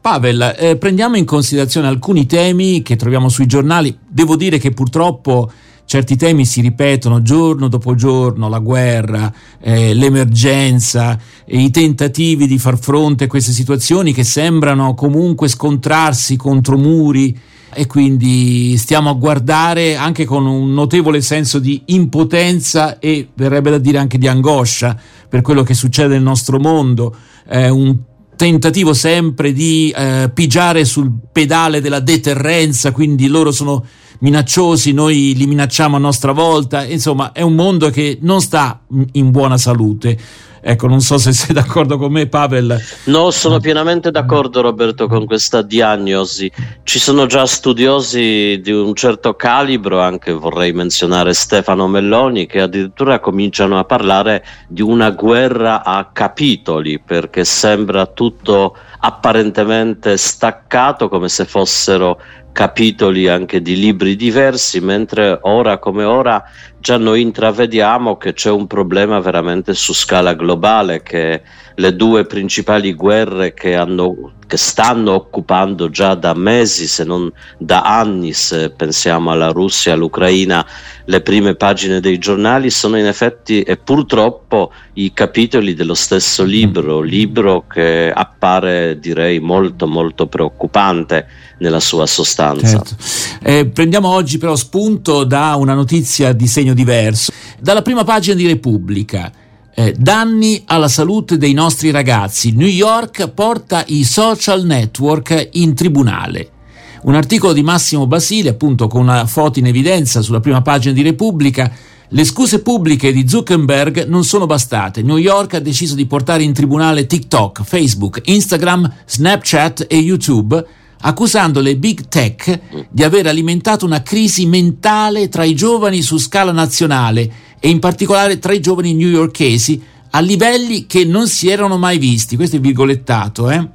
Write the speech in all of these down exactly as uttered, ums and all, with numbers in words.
Pavel, eh, prendiamo in considerazione alcuni temi che troviamo sui giornali. Devo dire che purtroppo certi temi si ripetono giorno dopo giorno: la guerra, eh, l'emergenza, eh, i tentativi di far fronte a queste situazioni che sembrano comunque scontrarsi contro muri, e quindi stiamo a guardare anche con un notevole senso di impotenza e, verrebbe da dire, anche di angoscia per quello che succede nel nostro mondo. Eh, un tentativo sempre di eh, pigiare sul pedale della deterrenza, quindi loro sono minacciosi, noi li minacciamo a nostra volta. Insomma, è un mondo che non sta in buona salute. Ecco, non so se sei d'accordo con me, Pavel. No, sono pienamente d'accordo, Roberto, con questa diagnosi. Ci sono già studiosi di un certo calibro, anche vorrei menzionare Stefano Melloni, che addirittura cominciano a parlare di una guerra a capitoli, perché sembra tutto apparentemente staccato, come se fossero capitoli anche di libri diversi, mentre ora come ora già noi intravediamo che c'è un problema veramente su scala globale, che le due principali guerre che, hanno, che stanno occupando già da mesi, se non da anni, se pensiamo alla Russia e all'Ucraina, le prime pagine dei giornali sono in effetti e purtroppo i capitoli dello stesso libro, libro che appare, direi, molto molto preoccupante nella sua sostanza. Certo. Eh, prendiamo oggi però spunto da una notizia di segno diverso, dalla prima pagina di Repubblica. Eh, danni alla salute dei nostri ragazzi. New York porta i social network in tribunale. Un articolo di Massimo Basile, appunto, con una foto in evidenza sulla prima pagina di Repubblica. Le scuse pubbliche di Zuckerberg non sono bastate. New York ha deciso di portare in tribunale TikTok, Facebook, Instagram, Snapchat e YouTube, accusando le big tech di aver alimentato una crisi mentale tra i giovani su scala nazionale e in particolare tra i giovani newyorkesi a livelli che non si erano mai visti. Questo è virgolettato, eh?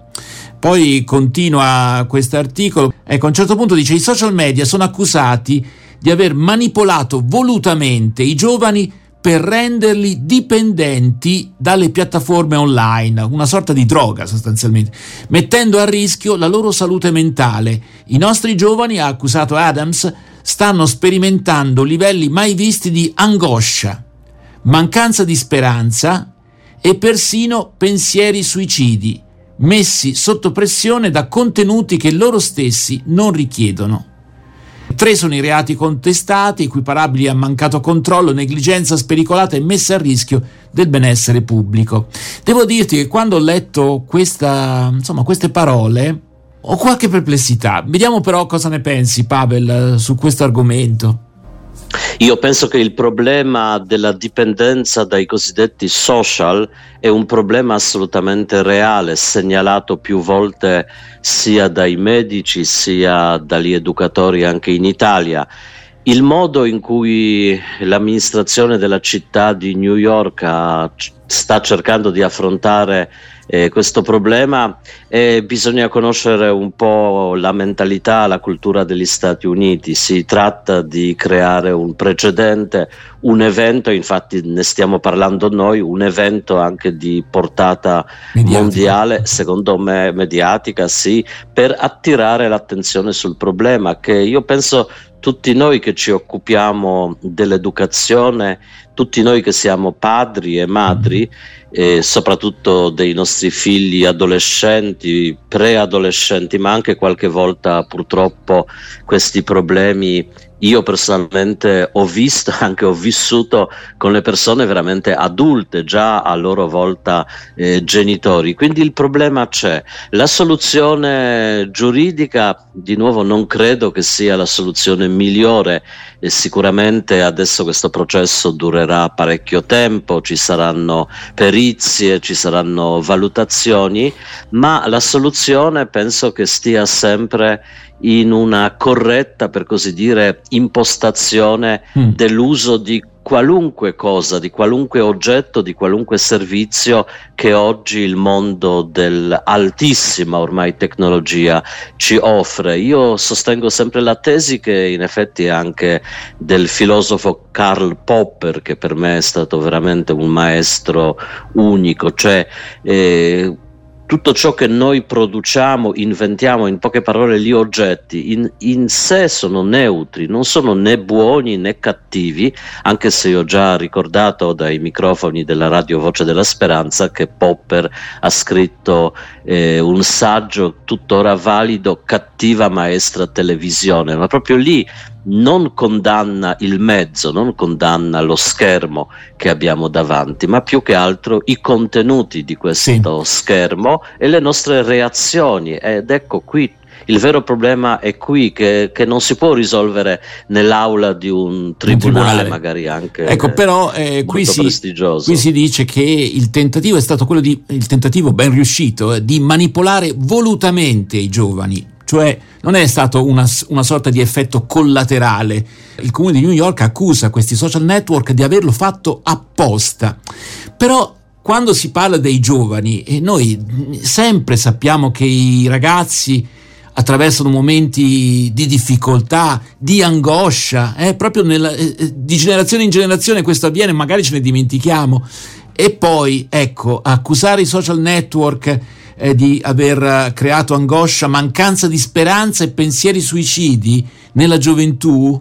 Poi continua questo articolo. Ecco, a un certo punto dice: i social media sono accusati di aver manipolato volutamente i giovani per renderli dipendenti dalle piattaforme online, una sorta di droga sostanzialmente, mettendo a rischio la loro salute mentale. I nostri giovani, ha accusato Adams, stanno sperimentando livelli mai visti di angoscia, mancanza di speranza e persino pensieri suicidi, messi sotto pressione da contenuti che loro stessi non richiedono. Tre sono i reati contestati, equiparabili a mancato controllo, negligenza spericolata e messa a rischio del benessere pubblico. Devo dirti che quando ho letto questa, insomma, queste parole ho qualche perplessità. Vediamo però cosa ne pensi, Pavel, su questo argomento. Io penso che il problema della dipendenza dai cosiddetti social è un problema assolutamente reale, segnalato più volte sia dai medici sia dagli educatori anche in Italia. Il modo in cui l'amministrazione della città di New York ha, sta cercando di affrontare eh, questo problema, eh, bisogna conoscere un po' la mentalità, la cultura degli Stati Uniti. Si tratta di creare un precedente, un evento, infatti ne stiamo parlando noi, un evento anche di portata mediatica, mondiale, secondo me mediatica, sì, per attirare l'attenzione sul problema, che io penso tutti noi che ci occupiamo dell'educazione, tutti noi che siamo padri e madri, e soprattutto dei nostri figli adolescenti, preadolescenti, ma anche qualche volta purtroppo questi problemi io personalmente ho visto, anche ho vissuto con le persone veramente adulte, già a loro volta eh, genitori. Quindi il problema c'è. La soluzione giuridica, di nuovo, non credo che sia la soluzione migliore, e sicuramente adesso questo processo durerà parecchio tempo, ci saranno perizie, ci saranno valutazioni, ma la soluzione penso che stia sempre in una corretta, per così dire, impostazione mm. dell'uso di qualunque cosa, di qualunque oggetto, di qualunque servizio che oggi il mondo dell'altissima ormai tecnologia ci offre. Io sostengo sempre la tesi, che in effetti è anche del filosofo Karl Popper, che per me è stato veramente un maestro unico, cioè eh, tutto ciò che noi produciamo, inventiamo, in poche parole gli oggetti, in, in sé sono neutri, non sono né buoni né cattivi, anche se io ho già ricordato dai microfoni della radio Voce della Speranza che Popper ha scritto eh, un saggio tuttora valido, Cattiva maestra televisione, ma proprio lì non condanna il mezzo, non condanna lo schermo che abbiamo davanti, ma più che altro i contenuti di questo sì. schermo e le nostre reazioni. Ed ecco qui il vero problema è qui, che, che non si può risolvere nell'aula di un tribunale, un tribunale. magari anche ecco, però, eh, qui, si, prestigioso. qui si dice che il tentativo è stato quello di, il tentativo ben riuscito, eh, di manipolare volutamente i giovani. Cioè non è stato una, una sorta di effetto collaterale. Il comune di New York accusa questi social network di averlo fatto apposta. Però quando si parla dei giovani, e noi sempre sappiamo che i ragazzi attraversano momenti di difficoltà, di angoscia, eh, proprio nella, eh, di generazione in generazione questo avviene, magari ce ne dimentichiamo. E poi, ecco, accusare i social network Eh, di aver creato angoscia, mancanza di speranza e pensieri suicidi nella gioventù,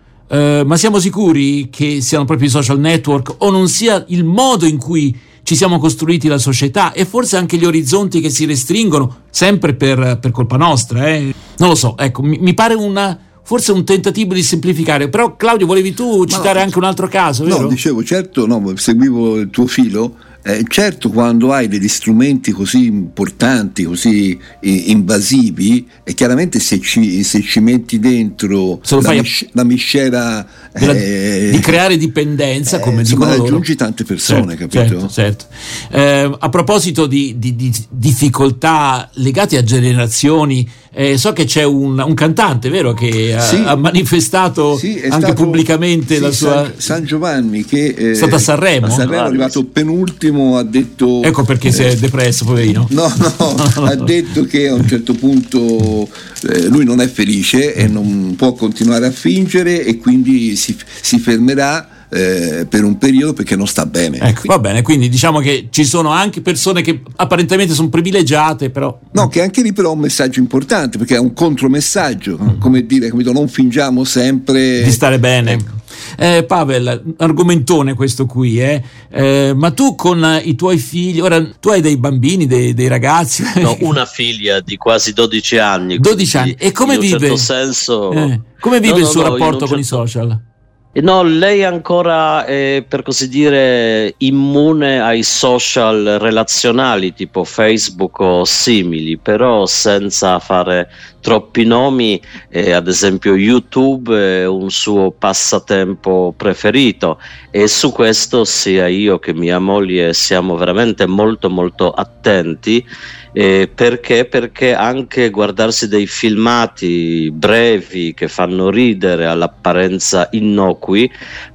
eh, ma siamo sicuri che siano proprio i social network o non sia il modo in cui ci siamo costruiti la società e forse anche gli orizzonti che si restringono sempre per, per colpa nostra, eh? Non lo so, ecco, mi, mi pare una forse un tentativo di semplificare. Però Claudio, volevi tu citare no, anche un altro caso, vero? No, dicevo, certo, no, seguivo il tuo filo. Eh, certo, quando hai degli strumenti così importanti, così eh, invasivi, e chiaramente se ci, se ci metti dentro la, mis- a... la miscela della, eh, di creare dipendenza, come eh, dicono insomma, loro, raggiungi tante persone, certo, capito? Certo, certo. Eh, a proposito di, di, di difficoltà legate a generazioni, eh, so che c'è un, un cantante, vero, che ha, sì, ha manifestato sì, anche stato, pubblicamente sì, la sua San, San Giovanni, che è stato a Sanremo, a Sanremo è arrivato penultimo. Ha detto, ecco perché eh, si è depresso, poverino. No, no, ha detto che a un certo punto eh, lui non è felice e non può continuare a fingere e quindi si, si fermerà eh, per un periodo perché non sta bene. Ecco, va bene, quindi diciamo che ci sono anche persone che apparentemente sono privilegiate, però no, che anche lì però è un messaggio importante, perché è un contromessaggio, mm. come dire, capito? Non fingiamo sempre di stare bene. Ecco. Eh, Pavel, argomentone questo qui, eh? Eh, ma tu con i tuoi figli, ora tu hai dei bambini, dei, dei ragazzi? No, una figlia di quasi dodici anni. dodici anni, e come in vive? Un certo senso, eh, come vive no, il no, suo no, rapporto con certo... i social? No, lei ancora è, per così dire, immune ai social relazionali tipo Facebook o simili, però senza fare troppi nomi, eh, ad esempio YouTube è un suo passatempo preferito e su questo sia io che mia moglie siamo veramente molto molto attenti. Eh, perché? Perché anche guardarsi dei filmati brevi che fanno ridere all'apparenza innocui,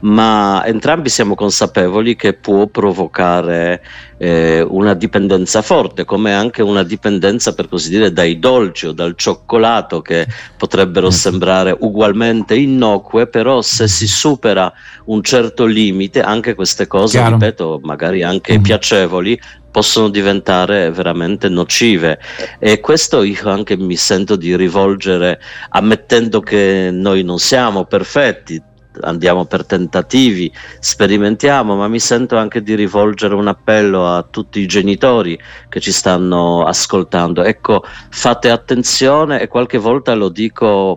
ma entrambi siamo consapevoli che può provocare eh, una dipendenza forte, come anche una dipendenza, per così dire, dai dolci o dal cioccolato, che potrebbero sembrare ugualmente innocue, però se si supera un certo limite anche queste cose, Chiaro. ripeto, magari anche mm. piacevoli, possono diventare veramente nocive. E questo io anche mi sento di rivolgere, ammettendo che noi non siamo perfetti, andiamo per tentativi, sperimentiamo, ma mi sento anche di rivolgere un appello a tutti i genitori che ci stanno ascoltando. Ecco, fate attenzione, e qualche volta lo dico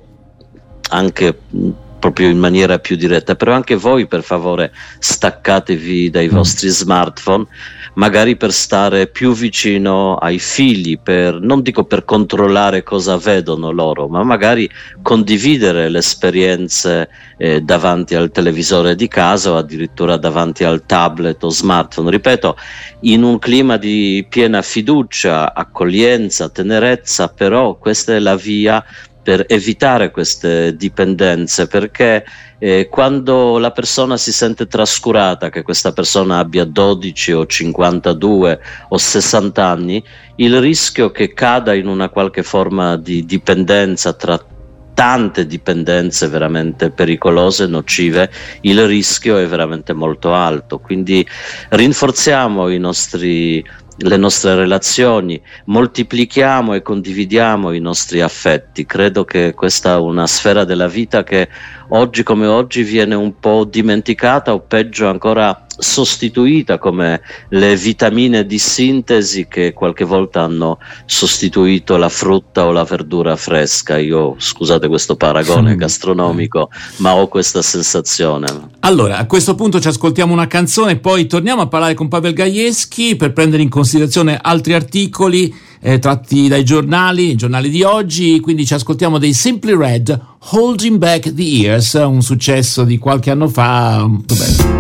anche proprio in maniera più diretta, però anche voi per favore staccatevi dai vostri smartphone, magari per stare più vicino ai figli, per, non dico per controllare cosa vedono loro, ma magari condividere le esperienze eh, davanti al televisore di casa o addirittura davanti al tablet o smartphone, ripeto, in un clima di piena fiducia, accoglienza, tenerezza, però questa è la via per evitare queste dipendenze, perché eh, quando la persona si sente trascurata, che questa persona abbia dodici o cinquantadue o sessanta anni, il rischio che cada in una qualche forma di dipendenza, tra tante dipendenze veramente pericolose, nocive, il rischio è veramente molto alto. Quindi rinforziamo i nostri le nostre relazioni, moltiplichiamo e condividiamo i nostri affetti. Credo che questa è una sfera della vita che oggi come oggi viene un po' dimenticata o peggio ancora sostituita, come le vitamine di sintesi che qualche volta hanno sostituito la frutta o la verdura fresca. Io, scusate questo paragone gastronomico, ma ho questa sensazione. Allora, a questo punto ci ascoltiamo una canzone, poi torniamo a parlare con Pavel Gajewski per prendere in considerazione altri articoli eh, tratti dai giornali, i giornali di oggi. Quindi ci ascoltiamo dei Simply Red, Holding Back the Years, un successo di qualche anno fa. Vabbè.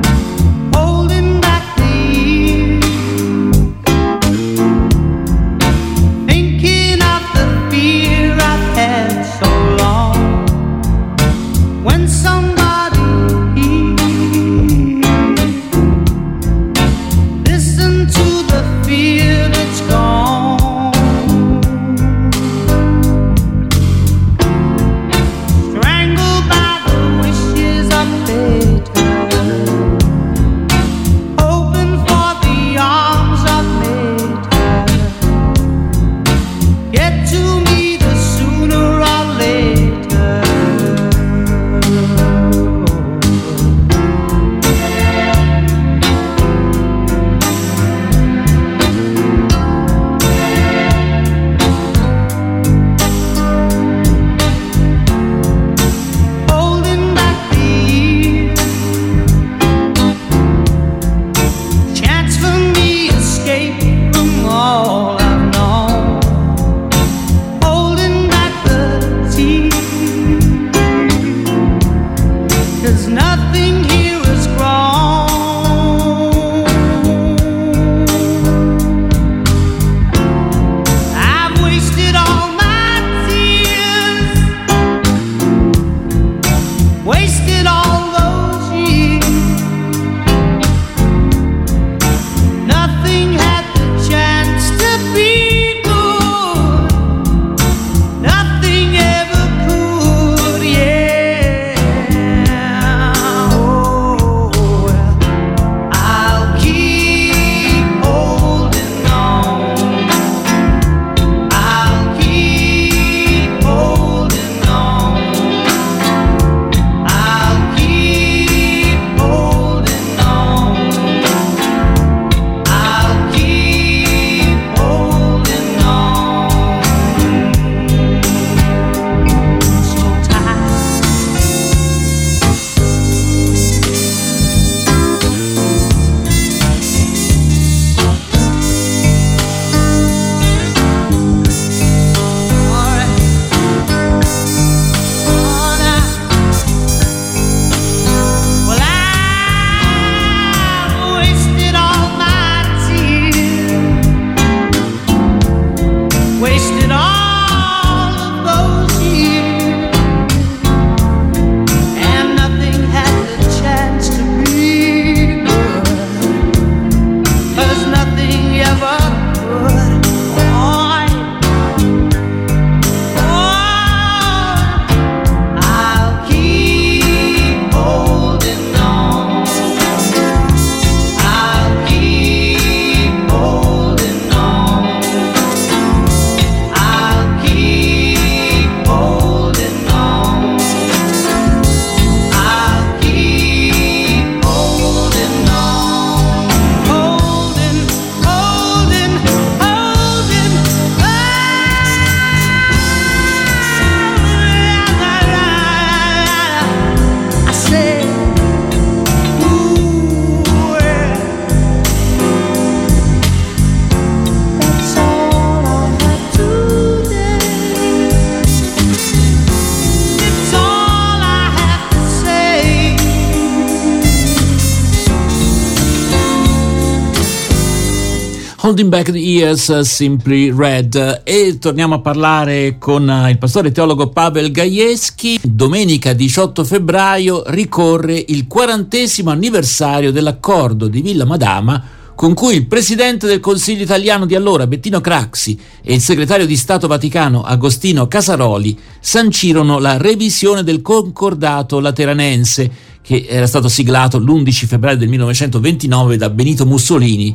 Holding Back the Years, Simply Red. E torniamo a parlare con il pastore teologo Pavel Gajewski. Domenica diciotto febbraio ricorre il quarantesimo anniversario dell'accordo di Villa Madama con cui il presidente del Consiglio italiano di allora, Bettino Craxi, e il segretario di Stato Vaticano, Agostino Casaroli, sancirono la revisione del concordato lateranense, che era stato siglato l'undici febbraio del millenovecentoventinove da Benito Mussolini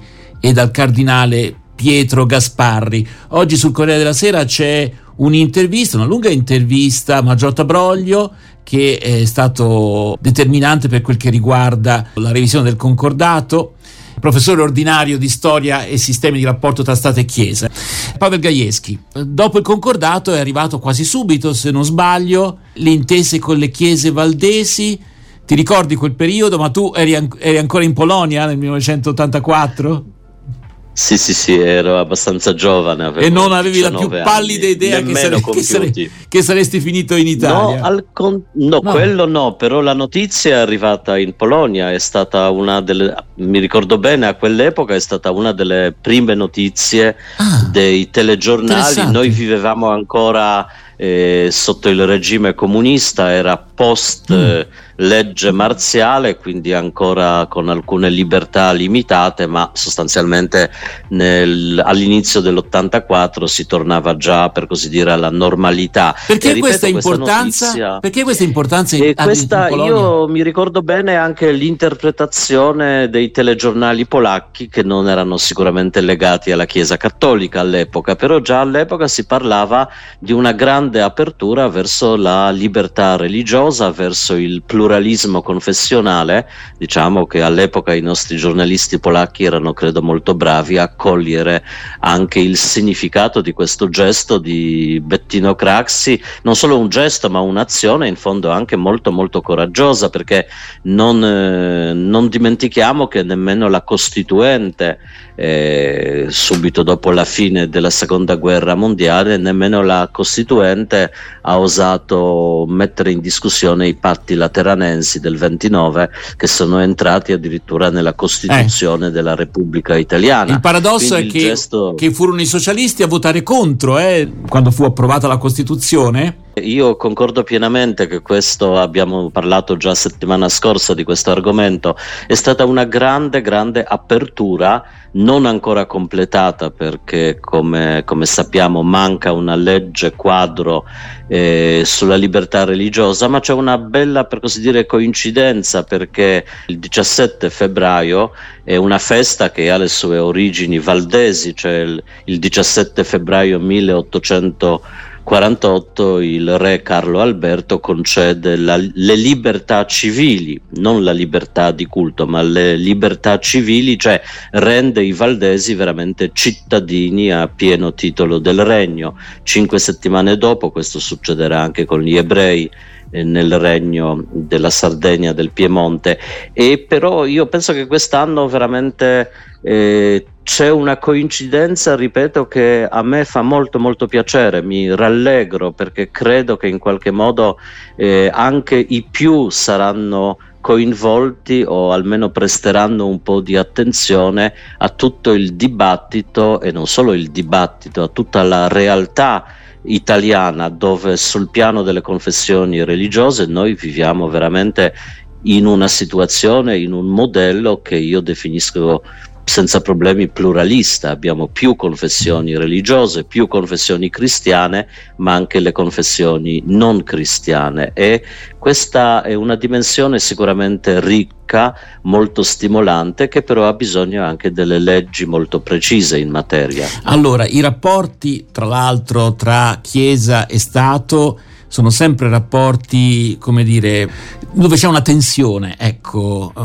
e dal cardinale Pietro Gasparri. Oggi sul Corriere della Sera c'è un'intervista, una lunga intervista a Margiotta Broglio, che è stato determinante per quel che riguarda la revisione del concordato, professore ordinario di storia e sistemi di rapporto tra Stato e Chiesa. Pavel Gajewski, dopo il concordato è arrivato quasi subito, se non sbaglio, le intese con le chiese valdesi. Ti ricordi quel periodo? Ma tu eri, an- eri ancora in Polonia nel millenovecentottantaquattro? Sì, sì, sì, ero abbastanza giovane. E non avevi la più pallida anni, idea che, sare- che, sare- che saresti finito in Italia? No, al con- no, no, quello no, però la notizia è arrivata in Polonia, è stata una delle, mi ricordo bene, a quell'epoca è stata una delle prime notizie ah, dei telegiornali. Noi vivevamo ancora eh, sotto il regime comunista, era post mm. eh, legge marziale, quindi ancora con alcune libertà limitate, ma sostanzialmente nel, all'inizio dell'ottantaquattro si tornava già, per così dire, alla normalità. Perché, e, ripeto, questa, importanza, notizia, perché questa importanza? In, e questa, in io mi ricordo bene anche l'interpretazione dei telegiornali polacchi, che non erano sicuramente legati alla Chiesa cattolica all'epoca, però già all'epoca si parlava di una grande apertura verso la libertà religiosa, verso il pluralismo confessionale. Diciamo che all'epoca i nostri giornalisti polacchi erano, credo, molto bravi a cogliere anche il significato di questo gesto di Bettino Craxi, non solo un gesto ma un'azione in fondo anche molto molto coraggiosa, perché non, eh, non dimentichiamo che nemmeno la Costituente, eh, subito dopo la fine della seconda guerra mondiale, nemmeno la Costituente ha osato mettere in discussione i patti lateranensi del ventinove, che sono entrati addirittura nella Costituzione eh. della Repubblica Italiana. Il paradosso Quindi è che, gesto... che furono i socialisti a votare contro eh, quando fu approvata la Costituzione. Io concordo pienamente che questo, abbiamo parlato già settimana scorsa di questo argomento, è stata una grande grande apertura, non ancora completata, perché come, come sappiamo manca una legge quadro eh, sulla libertà religiosa, ma c'è una bella, per così dire, coincidenza, perché il diciassette febbraio è una festa che ha le sue origini valdesi, cioè il, il diciassette febbraio milleottocentoquarantotto il re Carlo Alberto concede la, le libertà civili, non la libertà di culto, ma le libertà civili, cioè rende i valdesi veramente cittadini a pieno titolo del regno. Cinque settimane dopo questo succederà anche con gli ebrei eh, nel regno della Sardegna, del Piemonte. E però io penso che quest'anno veramente eh, c'è una coincidenza, ripeto, che a me fa molto molto piacere, mi rallegro, perché credo che in qualche modo eh, anche i più saranno coinvolti, o almeno presteranno un po' di attenzione a tutto il dibattito, e non solo il dibattito, a tutta la realtà italiana, dove sul piano delle confessioni religiose noi viviamo veramente in una situazione, in un modello che io definisco senza problemi pluralista. Abbiamo più confessioni religiose, più confessioni cristiane, ma anche le confessioni non cristiane, e questa è una dimensione sicuramente ricca, molto stimolante, che però ha bisogno anche delle leggi molto precise in materia. Allora, i rapporti, tra l'altro, tra Chiesa e Stato sono sempre rapporti, come dire, dove c'è una tensione. Ecco,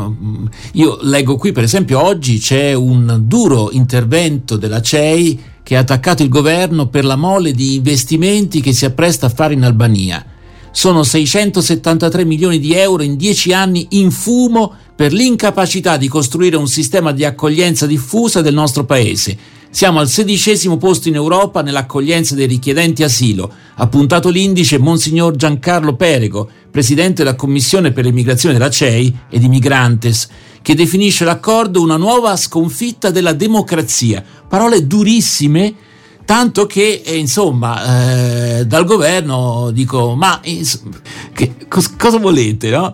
io leggo qui, per esempio, oggi c'è un duro intervento della C E I che ha attaccato il governo per la mole di investimenti che si appresta a fare in Albania. Sono seicentosettantatré milioni di euro in dieci anni in fumo per l'incapacità di costruire un sistema di accoglienza diffusa del nostro paese. Siamo al sedicesimo posto in Europa nell'accoglienza dei richiedenti asilo, ha puntato l'indice Monsignor Giancarlo Perego, presidente della Commissione per l'Immigrazione della C E I ed Immigrantes, che definisce l'accordo una nuova sconfitta della democrazia. Parole durissime, tanto che eh, insomma eh, dal governo dico: ma ins- che, cos- cosa volete, no?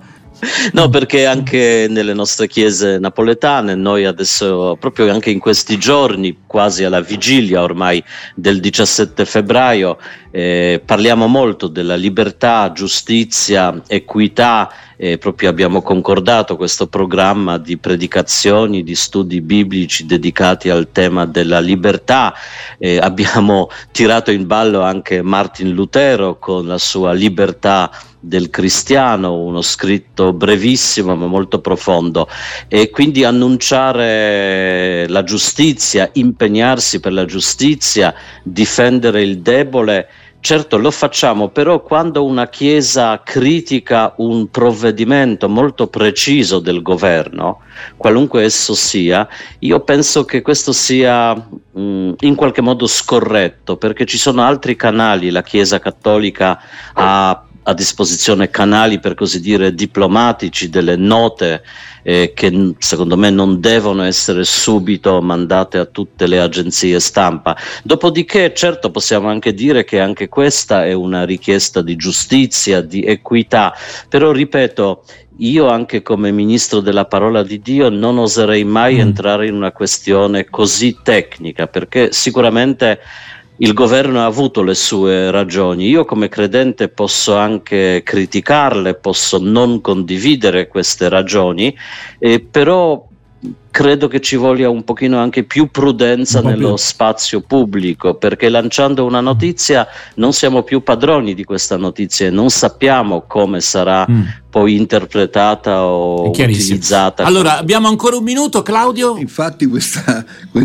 No, perché anche nelle nostre chiese napoletane, noi adesso, proprio anche in questi giorni, quasi alla vigilia ormai del diciassette febbraio, eh, parliamo molto della libertà, giustizia, equità. E proprio abbiamo concordato questo programma di predicazioni, di studi biblici dedicati al tema della libertà. Eh, abbiamo tirato in ballo anche Martin Lutero con la sua Libertà del cristiano, uno scritto brevissimo ma molto profondo, e quindi annunciare la giustizia, impegnarsi per la giustizia, difendere il debole. Certo, lo facciamo, però quando una Chiesa critica un provvedimento molto preciso del governo, qualunque esso sia, io penso che questo sia mh, in qualche modo scorretto, perché ci sono altri canali. La Chiesa cattolica ha a disposizione canali, per così dire, diplomatici, delle note eh, che secondo me non devono essere subito mandate a tutte le agenzie stampa. Dopodiché, certo, possiamo anche dire che anche questa è una richiesta di giustizia, di equità, però ripeto, io anche come ministro della parola di Dio non oserei mai mm. entrare in una questione così tecnica, perché sicuramente il governo ha avuto le sue ragioni. Io come credente posso anche criticarle, posso non condividere queste ragioni, eh, però credo che ci voglia un pochino anche più prudenza un nello più. spazio pubblico, perché lanciando una notizia non siamo più padroni di questa notizia e non sappiamo come sarà mm. poi interpretata o utilizzata. Allora, abbiamo ancora un minuto, Claudio? Infatti questo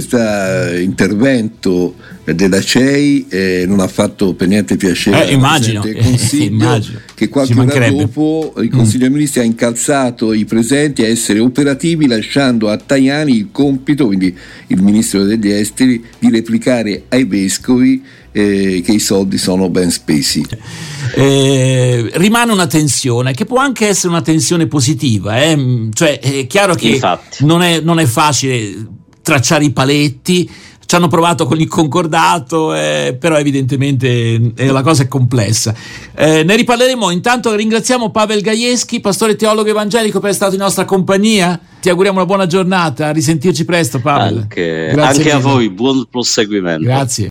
intervento della C E I eh, non ha fatto per niente piacere eh, immagino, al Consiglio, eh, immagino. Che qualche ora dopo il Consiglio mm. dei Ministri ha incalzato i presenti a essere operativi, lasciando a Tajani il compito, quindi il Ministro degli Esteri, di replicare ai vescovi eh, che i soldi sono ben spesi. Eh, rimane una tensione che può anche essere una tensione positiva, eh? Cioè è chiaro che non è, non è facile tracciare i paletti. Ci hanno provato con il concordato, eh, però evidentemente eh, la cosa è complessa. Eh, ne riparleremo. Intanto ringraziamo Pavel Gajewski, pastore teologo evangelico, per essere stato in nostra compagnia. Ti auguriamo una buona giornata, a risentirci presto, Pavel. Anche, anche a voi, buon proseguimento. Grazie.